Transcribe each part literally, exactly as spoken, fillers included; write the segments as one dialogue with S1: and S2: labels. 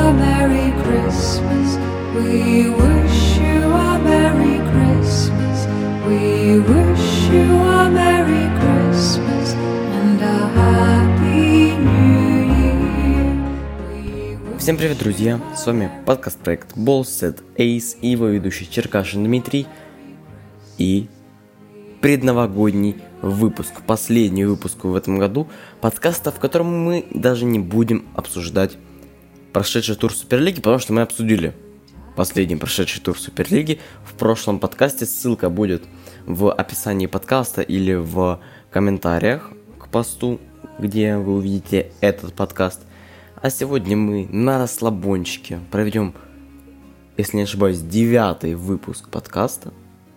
S1: a Merry Christmas. We wish you a Merry Christmas. We wish you a Merry Christmas and a Happy New Year.
S2: Всем привет, друзья! С вами подкаст-проект Balls Set Ace и его ведущий Черкашин Дмитрий. И предновогодний выпуск, последний выпуск в этом году подкаста, в котором мы даже не будем обсуждать прошедший тур Суперлиги, потому что мы обсудили последний прошедший тур Суперлиги в прошлом подкасте. Ссылка будет в описании подкаста или в комментариях к посту, где вы увидите этот подкаст. А сегодня мы на расслабончике проведем, если не ошибаюсь, девятый выпуск подкаста,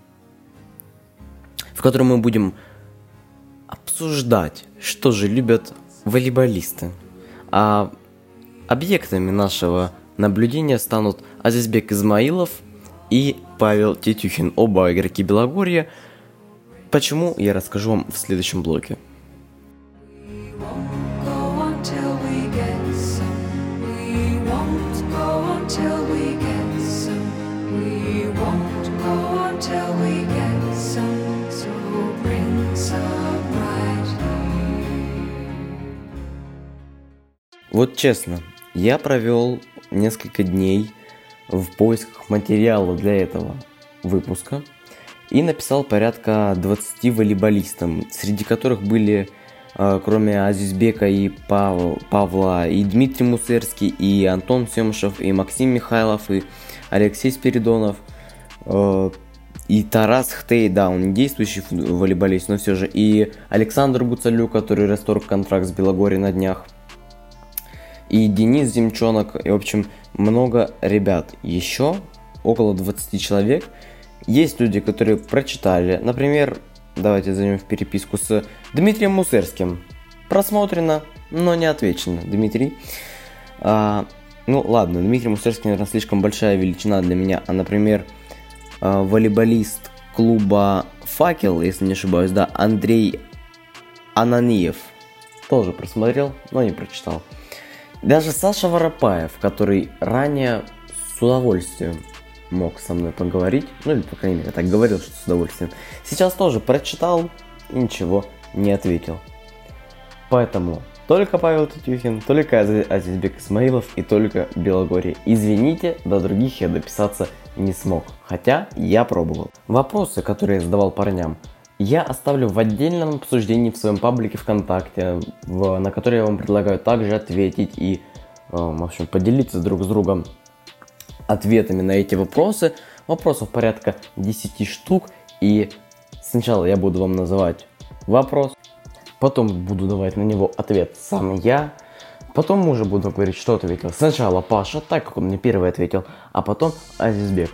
S2: в котором мы будем обсуждать, что же любят волейболисты. А объектами нашего наблюдения станут Азизбек Измаилов и Павел Тетюхин, оба игроки Белогорья. Почему, я расскажу вам в следующем блоке. Вот честно, я провел несколько дней в поисках материала для этого выпуска и написал порядка двадцати волейболистам, среди которых были, э, кроме Азизбека и Пав... Павла, и Дмитрий Мусерский, и Антон Семышев, и Максим Михайлов, и Алексей Спиридонов, э, и Тарас Хтей, да, он не действующий волейболист, но все же, и Александр Гуцалю, который расторг контракт с Белогорьем на днях, и Денис Земчонок, и, в общем, много ребят. Еще около двадцати человек. Есть люди, которые прочитали. Например, давайте зайдем в переписку с Дмитрием Мусерским. Просмотрено, но не отвечено. Дмитрий. А, ну ладно, Дмитрий Мусерский, наверное, слишком большая величина для меня. А, например, волейболист клуба «Факел», если не ошибаюсь, да, Андрей Ананиев. Тоже просмотрел, но не прочитал. Даже Саша Воропаев, который ранее с удовольствием мог со мной поговорить, ну или, по крайней мере, так говорил, что с удовольствием, сейчас тоже прочитал и ничего не ответил. Поэтому только Павел Тетюхин, только Азизбек Исмаилов и только Белогорье. Извините, до других я дописаться не смог, хотя я пробовал. Вопросы, которые я задавал парням, я оставлю в отдельном обсуждении в своем паблике ВКонтакте, в, на который я вам предлагаю также ответить и, э, в общем, поделиться друг с другом ответами на эти вопросы. Вопросов порядка десяти штук, и сначала я буду вам называть вопрос, потом буду давать на него ответ сам я, потом уже буду говорить, что ответил сначала Паша, так как он мне первый ответил, а потом Азизбек.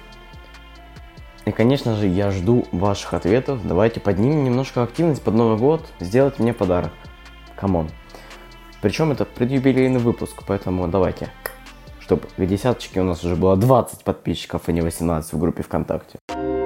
S2: И, конечно же, я жду ваших ответов. Давайте поднимем немножко активность под Новый год. Сделайте мне подарок. Камон. Причем это предюбилейный выпуск, поэтому давайте. Чтобы к десяточке у нас уже было двадцать подписчиков, а не восемнадцать в группе ВКонтакте.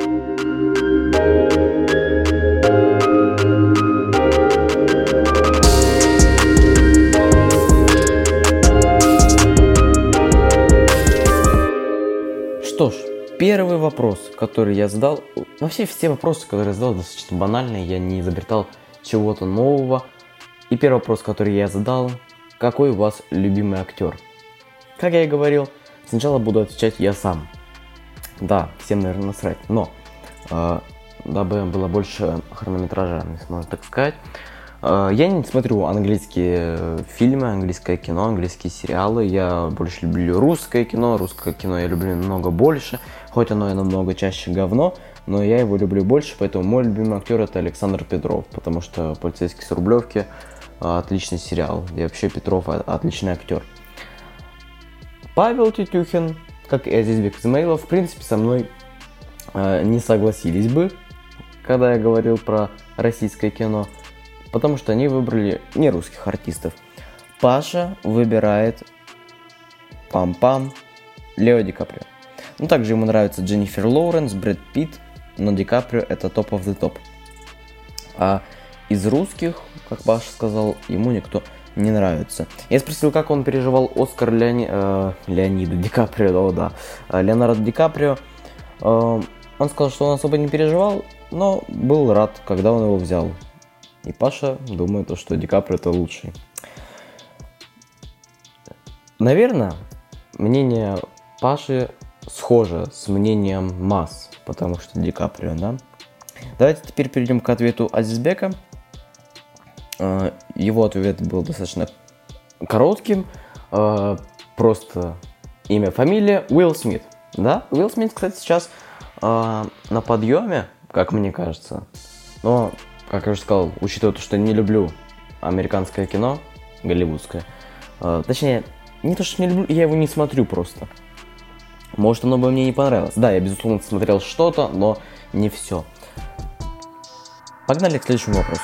S2: Что ж. Первый вопрос, который я задал, вообще все вопросы, которые я задал, достаточно банальные, я не изобретал чего-то нового. И первый вопрос, который я задал, какой у вас любимый актер? Как я и говорил, сначала буду отвечать я сам. Да, всем, наверное, насрать, но э, дабы было больше хронометража, если можно так сказать, э, я не смотрю английские фильмы, английское кино, английские сериалы, я больше люблю русское кино, русское кино я люблю намного больше. Хоть оно и намного чаще говно, но я его люблю больше, поэтому мой любимый актер это Александр Петров, потому что «Полицейский с Рублевки» отличный сериал, и вообще Петров отличный актер. Павел Тетюхин, как и Азизбек Измаилов, в принципе, со мной э, не согласились бы, когда я говорил про российское кино, потому что они выбрали не русских артистов. Паша выбирает пам-пам Лео Ди Каприо. Ну, также ему нравится Дженнифер Лоуренс, Брэд Питт, но Ди Каприо это топ of the топ. А из русских, как Паша сказал, ему никто не нравится. Я спросил, как он переживал Оскар Леони... э, Леонида Ди Каприо, да, да, Леонардо Ди Каприо. Э, он сказал, что он особо не переживал, но был рад, когда он его взял. И Паша думает, что Ди Каприо это лучший. Наверное, мнение Паши схоже с мнением масс, потому что Ди Каприо, да. Давайте теперь перейдем к ответу Азизбека. Его ответ был достаточно коротким. Просто имя, фамилия Уилл Смит. Да, Уилл Смит, кстати, сейчас на подъеме, как мне кажется. Но, как я уже сказал, учитывая то, что не люблю американское кино, голливудское. Точнее, не то, что не люблю, я его не смотрю просто. Может, оно бы мне не понравилось. Да, я, безусловно, смотрел что-то, но не все. Погнали к следующему вопросу.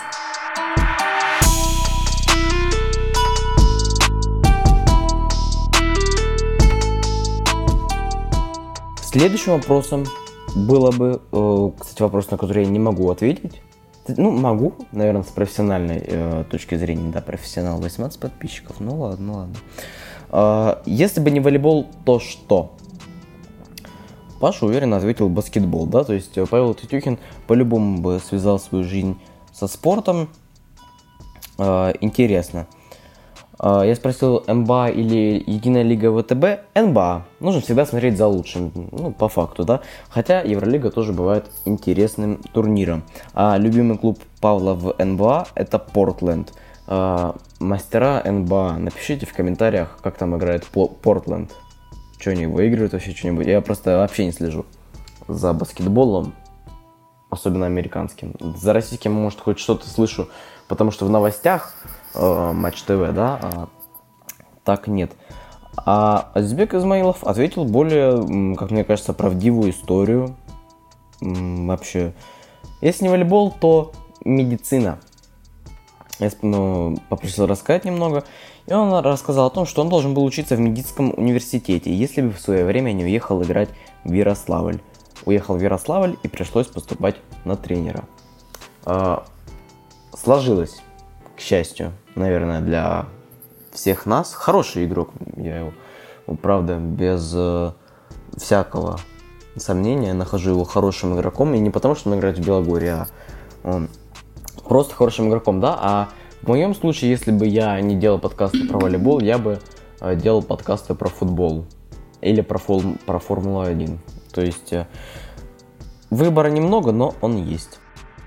S2: Следующим вопросом было бы, э, кстати, вопрос, на который я не могу ответить. Ну, могу, наверное, с профессиональной э, точки зрения, да, профессионал, восемнадцать подписчиков, ну ладно, ладно. Э, если бы не волейбол, то что? Паша уверенно ответил баскетбол, да, то есть Павел Тютюхин по-любому бы связал свою жизнь со спортом. Э, интересно. Э, я спросил, эн бэ а или Единая лига вэ тэ бэ? эн бэ а. Нужно всегда смотреть за лучшим, ну, по факту, да. Хотя Евролига тоже бывает интересным турниром. А любимый клуб Павла в эн бэ а это Портленд. Э, мастера эн бэ а, напишите в комментариях, как там играет Портленд. Что они выигрывают вообще что-нибудь? Я просто вообще не слежу за баскетболом, особенно американским. За российским, может, хоть что-то слышу, потому что в новостях э, Матч ТВ, да, а так нет. А Азизбек Измаилов ответил более, как мне кажется, правдивую историю. Вообще, если не волейбол, то медицина. Я ну, попросил рассказать немного, и он рассказал о том, что он должен был учиться в медицинском университете, если бы в свое время не уехал играть в Ярославль. Уехал в Ярославль и пришлось поступать на тренера. А, сложилось, к счастью, наверное, для всех нас. Хороший игрок, я его, правда, без э, всякого сомнения нахожу его хорошим игроком, и не потому, что он играет в Белогорье, а он просто хорошим игроком, да, а в моем случае, если бы я не делал подкасты про волейбол, я бы э, делал подкасты про футбол или про, фол, про Формулу один. То есть э, выбора немного, но он есть.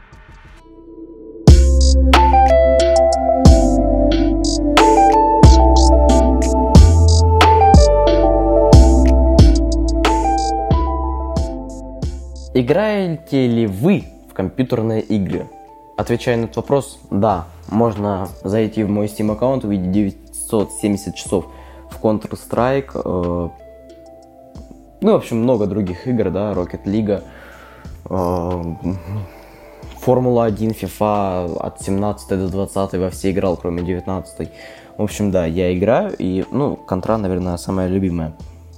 S2: Играете ли вы в компьютерные игры? Отвечая на этот вопрос, да, можно зайти в мой Steam аккаунт, увидеть девятьсот семьдесят часов в Counter-Strike, э, ну, в общем, много других игр, да, Rocket League, э, Формула один, FIFA от семнадцатой до двадцатой во все играл, кроме девятнадцатой. В общем, да, я играю, и, ну, Контра, наверное, самая любимая.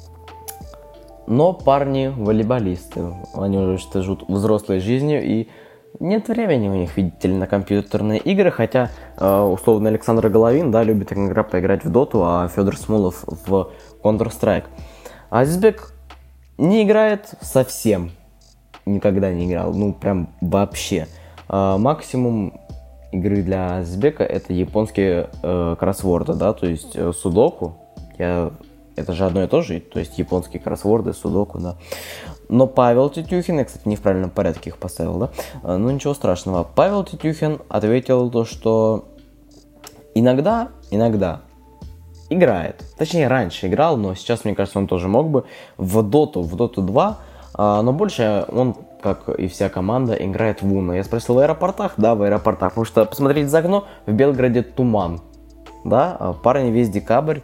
S2: Но парни волейболисты, они уже живут взрослой жизнью, и нет времени у них, видите ли, на компьютерные игры, хотя, э, условно, Александр Головин, да, любит иногда поиграть в Доту, а Федор Смолов в Counter-Strike. А Азизбек не играет совсем, никогда не играл, ну, прям вообще. Э, максимум игры для Азизбека это японские э, кроссворды, да, то есть э, судоку, я... Это же одно и то же, то есть японские кроссворды, судоку, да. Но Павел Тютюхин, я, кстати, не в правильном порядке их поставил, да, ну ничего страшного. Павел Тютюхин ответил то, что иногда, иногда играет. Точнее, раньше играл, но сейчас, мне кажется, он тоже мог бы в Доту, в Доту два, но больше он, как и вся команда, играет в Уно. Я спросил, в аэропортах? Да, в аэропортах, потому что посмотреть за окно, в Белграде туман, да, парни весь декабрь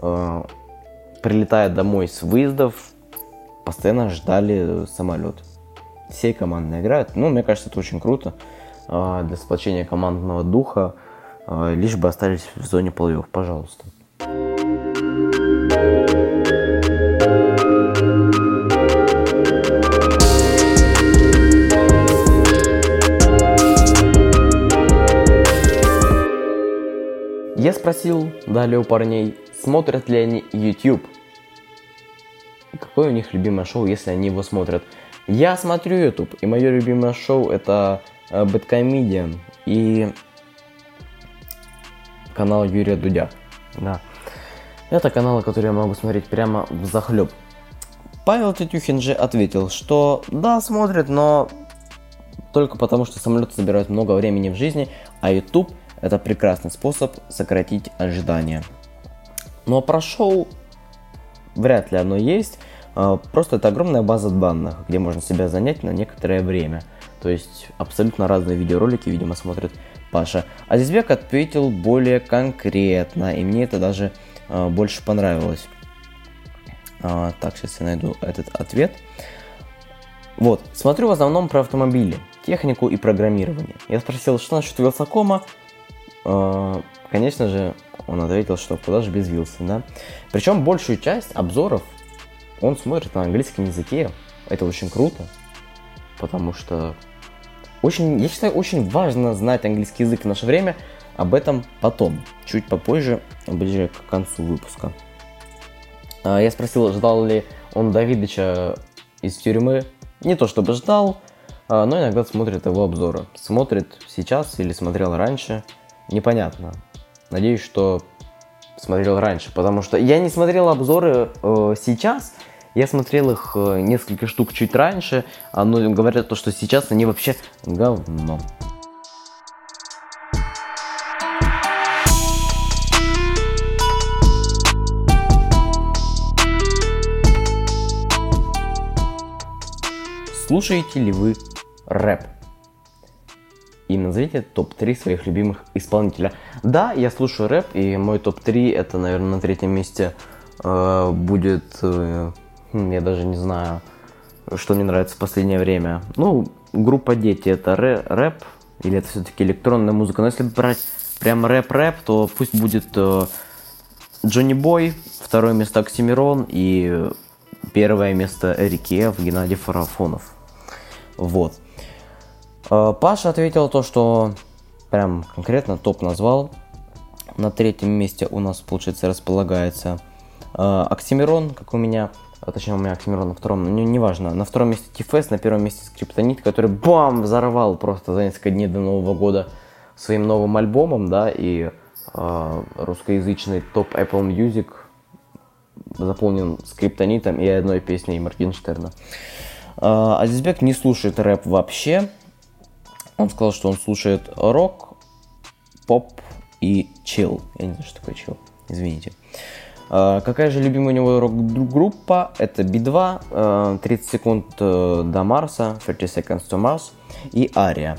S2: прилетая домой с выездов, постоянно ждали самолет. Всей командой играют. Ну, мне кажется, это очень круто э, для сплочения командного духа. Э, лишь бы остались в зоне плей-офф, пожалуйста. Я спросил далее у парней, смотрят ли они YouTube. И какое у них любимое шоу, если они его смотрят. Я смотрю YouTube, и мое любимое шоу это Bad Comedian и канал Юрия Дудя. Да. Это каналы, которые я могу смотреть прямо взахлеб. Павел Тетюхин же ответил, что да, смотрит, но только потому, что самолеты забирают много времени в жизни, а YouTube это прекрасный способ сократить ожидания. Но про шоу вряд ли оно есть. Просто это огромная база данных, где можно себя занять на некоторое время. То есть абсолютно разные видеоролики, видимо, смотрит Паша. Азизбек ответил более конкретно, и мне это даже э, больше понравилось. А, так, сейчас я найду этот ответ. Вот, смотрю в основном про автомобили, технику и программирование. Я спросил, что насчет Вилсакома. Э, конечно же, он ответил, что куда же без Вилса, да. Причем большую часть обзоров он смотрит на английском языке. Это очень круто, потому что очень, я считаю, очень важно знать английский язык в наше время. Об этом потом, чуть попозже, ближе к концу выпуска. Я спросил, ждал ли он Давидыча из тюрьмы. Не то чтобы ждал, но иногда смотрит его обзоры. Смотрит сейчас или смотрел раньше, непонятно. Надеюсь, что смотрел раньше, потому что я не смотрел обзоры э, сейчас. Я смотрел их э, несколько штук чуть раньше, а ну, говорят то, что сейчас они вообще говно. Слушаете ли вы рэп? И назовите топ три своих любимых исполнителя. Да, я слушаю рэп, и мой топ три это, наверное, на третьем месте э, будет... Э, я даже не знаю, что мне нравится в последнее время. Ну, группа Дети это рэп, или это все-таки электронная музыка. Но если брать прям рэп-рэп, то пусть будет э, Джонни Бой, второе место Оксимирон и первое место Эрик Ев, Геннадий Фарафонов. Вот. Э, Паша ответил то, что прям конкретно топ назвал. На третьем месте у нас, получается, располагается э, Оксимирон, как у меня. А, точнее, у меня Оксимирон на втором, ну, неважно. На втором месте Ти-Фест, на первом месте Скриптонит, который бам, взорвал просто за несколько дней до Нового года своим новым альбомом, да, и э, русскоязычный топ Apple Music заполнен Скриптонитом и одной песней Моргенштерна. Э, Азизбек не слушает рэп вообще. Он сказал, что он слушает рок, поп и чилл. Я не знаю, что такое чилл, извините. Какая же любимая у него рок-группа? Это Би два, тридцать секунд до Марса, тридцать seconds to Mars и Ария.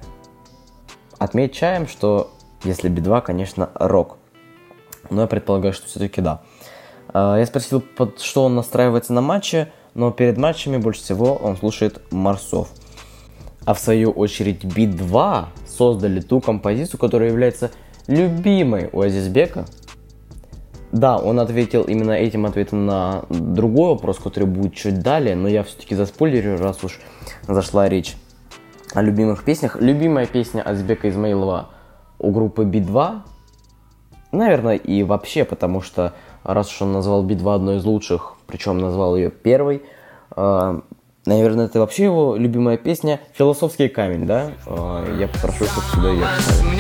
S2: Отмечаем, что если Би два, конечно, рок. Но я предполагаю, что все-таки да. Я спросил, под что он настраивается на матче, но перед матчами больше всего он слушает Марсов. А в свою очередь Би два создали ту композицию, которая является любимой у Азизбека. Да, он ответил именно этим ответом на другой вопрос, который будет чуть далее, но я все-таки заспойлерю, раз уж зашла речь о любимых песнях. Любимая песня Азизбека Измаилова у группы Би два, наверное, и вообще, потому что раз уж он назвал Би два одной из лучших, причем назвал ее первой, э, наверное, это вообще его любимая песня «Философский камень», да? Э, я попрошу, чтобы сюда ее поставили.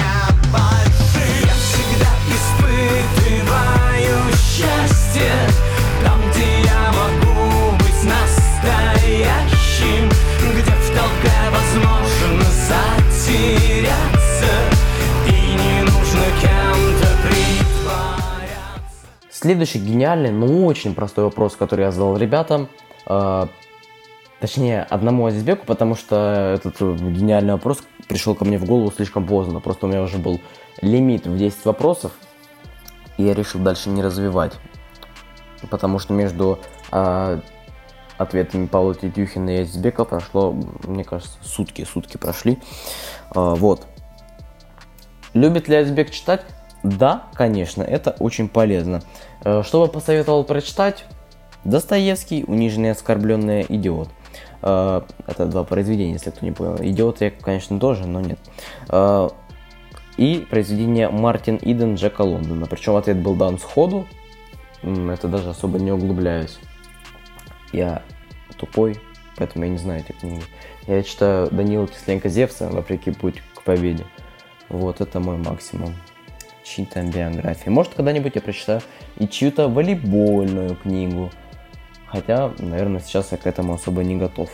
S3: Счастье, там, где я могу быть настоящим, где в толпе возможно затеряться, и не нужно кем-то притворяться.
S2: Следующий гениальный, но очень простой вопрос, который я задал ребятам, э, точнее, одному Азизбеку, потому что этот гениальный вопрос пришел ко мне в голову слишком поздно, просто у меня уже был лимит в десять вопросов, и я решил дальше не развивать, потому что между э, ответами Павла Тетюхина и Азизбека прошло, мне кажется, сутки, сутки прошли. Э, вот. Любит ли Азизбек читать? Да, конечно, это очень полезно. Э, что бы посоветовал прочитать? Достоевский, «Униженный и оскорбленный идиот». Это два произведения, если кто не понял. Идиот я, конечно, тоже, но нет. и произведение Мартин Иден Джека Лондона. Причем ответ был дан сходу, это даже особо не углубляюсь. Я тупой, поэтому я не знаю эти книги. Я читаю Данила Кисленко-Зевса «Вопреки путь к победе». Вот, это мой максимум. Чьи-то биографии. Может, когда-нибудь я прочитаю и чью-то волейбольную книгу. Хотя, наверное, сейчас я к этому особо не готов.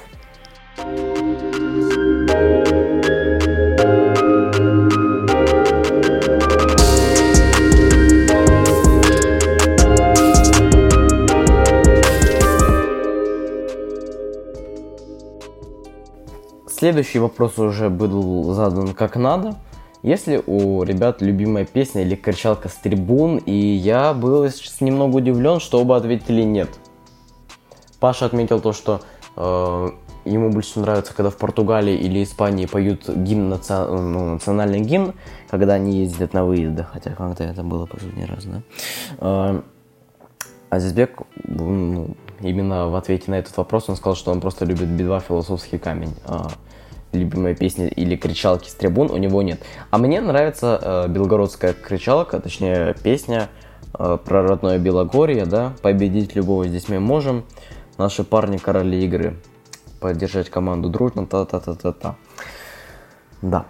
S2: Следующий вопрос уже был задан как надо. Есть ли у ребят любимая песня или кричалка с трибун? И я был сейчас немного удивлен, что оба ответили нет. Паша отметил то, что э, ему больше нравится, когда в Португалии или Испании поют гимн, наци... ну, национальный гимн, когда они ездят на выезды. Хотя когда это было последний раз, да? Э, Азизбек, ну, именно в ответе на этот вопрос он сказал, что он просто любит Би два «Философский камень». Э, любимая песня или кричалки с трибун у него нет. А мне нравится э, белгородская кричалка, точнее песня э, про родное Белогорье, да, победить любого здесь мы можем, наши парни короли игры, поддержать команду дружно, та-та-та-та-та. Да.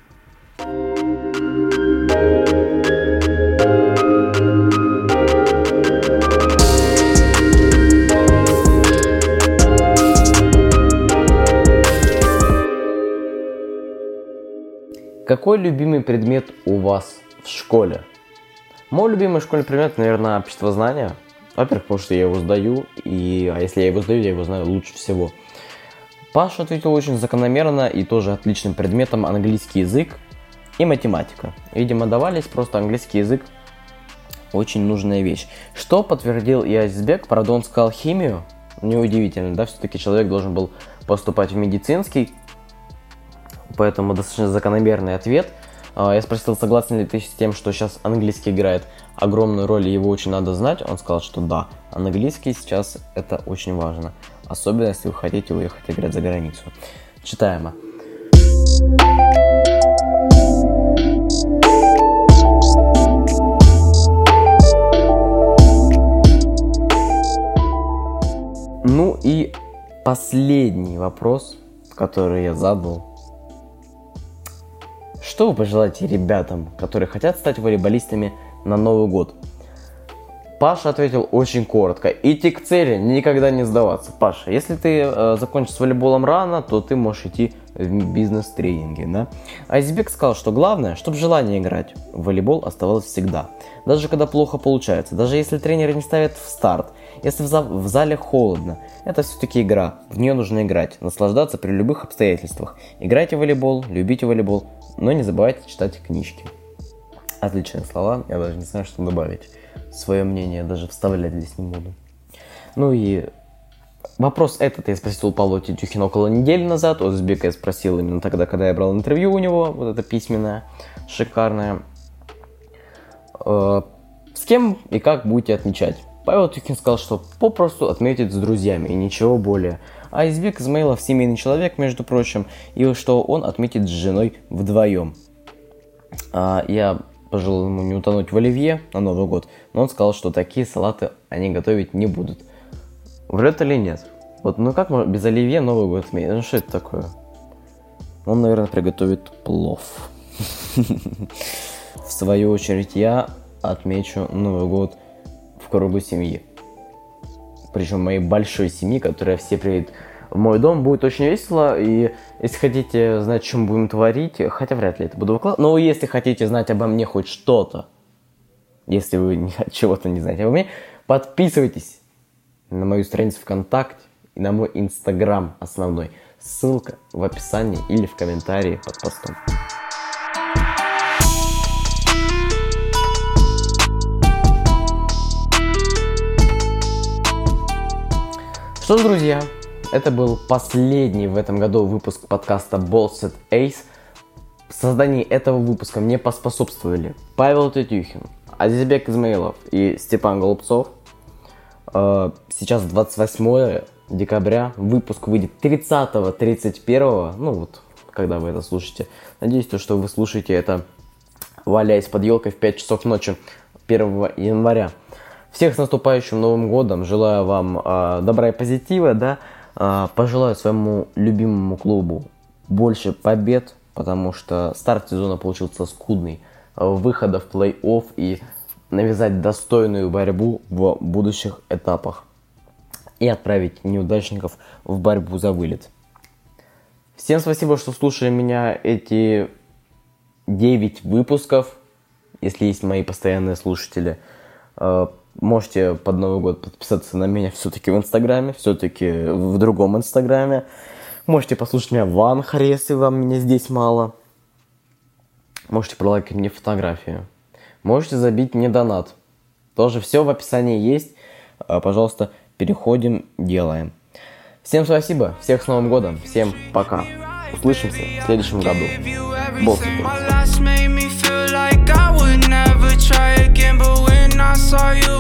S2: Какой любимый предмет у вас в школе? Мой любимый школьный предмет, наверное, обществознание. Во-первых, потому что я его сдаю, и, а если я его сдаю, я его знаю лучше всего. Паша ответил очень закономерно и тоже отличным предметом английский язык и математика. Видимо, давались, просто английский язык очень нужная вещь. Что подтвердил и Азизбек, правда, он сказал химию. Неудивительно, да, все-таки человек должен был поступать в медицинский. Поэтому достаточно закономерный ответ. Я спросил, согласен ли ты с тем, что сейчас английский играет огромную роль и его очень надо знать. Он сказал, что да, английский сейчас это очень важно. Особенно, если вы хотите уехать играть за границу. Читаемо. Ну и последний вопрос, который я задал. Что вы пожелаете ребятам, которые хотят стать волейболистами на Новый год? Паша ответил очень коротко. Идти к цели, никогда не сдаваться. Паша, если ты э, закончишь с волейболом рано, то ты можешь идти в бизнес-тренинги, да? Азизбек сказал, что главное, чтобы желание играть в волейбол оставалось всегда. Даже когда плохо получается, даже если тренеры не ставят в старт, если в, за- в зале холодно, это все-таки игра, в нее нужно играть, наслаждаться при любых обстоятельствах. Играйте в волейбол, любите волейбол, но не забывайте читать книжки. Отличные слова, я даже не знаю, что добавить. Свое мнение даже вставлять здесь не буду. Ну и вопрос этот я спросил у Павла Тетюхина около недели назад. У Азизбека я спросил именно тогда, когда я брал интервью у него. Вот это письменное, шикарное. Э, с кем и как будете отмечать? Павел Тетюхин сказал, что попросту отметить с друзьями и ничего более. А Азизбек Измаилов семейный человек, между прочим, и что он отметит с женой вдвоем. А, я пожелал ему не утонуть в оливье на Новый год, но он сказал, что такие салаты они готовить не будут. Врет или нет? Вот, ну как можно без оливье Новый год отметить? Ну что это такое? Он, наверное, приготовит плов. В свою очередь я отмечу Новый год в кругу семьи. Причем моей большой семьи, которая все приедет в мой дом. Будет очень весело. И если хотите знать, что мы будем творить, хотя вряд ли это буду выкладывать, но если хотите знать обо мне хоть что-то, если вы чего-то не знаете обо мне, подписывайтесь на мою страницу ВКонтакте и на мой Инстаграм основной. Ссылка в описании или в комментарии под постом. Что ж, друзья, это был последний в этом году выпуск подкаста Balls at Ace. В создании этого выпуска мне поспособствовали Павел Тетюхин, Азизбек Измаилов и Степан Голубцов. Сейчас двадцать восьмое декабря, выпуск выйдет тридцатого тридцать первого, ну вот, когда вы это слушаете. Надеюсь, то, что вы слушаете это валяясь под елкой в пять часов ночи первого января. Всех с наступающим Новым годом. Желаю вам э, добра и позитива, да. Э, пожелаю своему любимому клубу больше побед, потому что старт сезона получился скудный. Э, выхода в плей-офф и навязать достойную борьбу в будущих этапах. И отправить неудачников в борьбу за вылет. Всем спасибо, что слушали меня эти девять выпусков. Если есть мои постоянные слушатели, э, можете под Новый год подписаться на меня все-таки в Инстаграме, все-таки в другом Инстаграме. Можете послушать меня в Анхоре, если вам меня здесь мало. Можете пролайкать мне фотографию. Можете забить мне донат. Тоже все в описании есть. Э, пожалуйста, переходим, делаем. Всем спасибо, всех с Новым годом, всем пока. Услышимся в следующем году. Бог с тобой.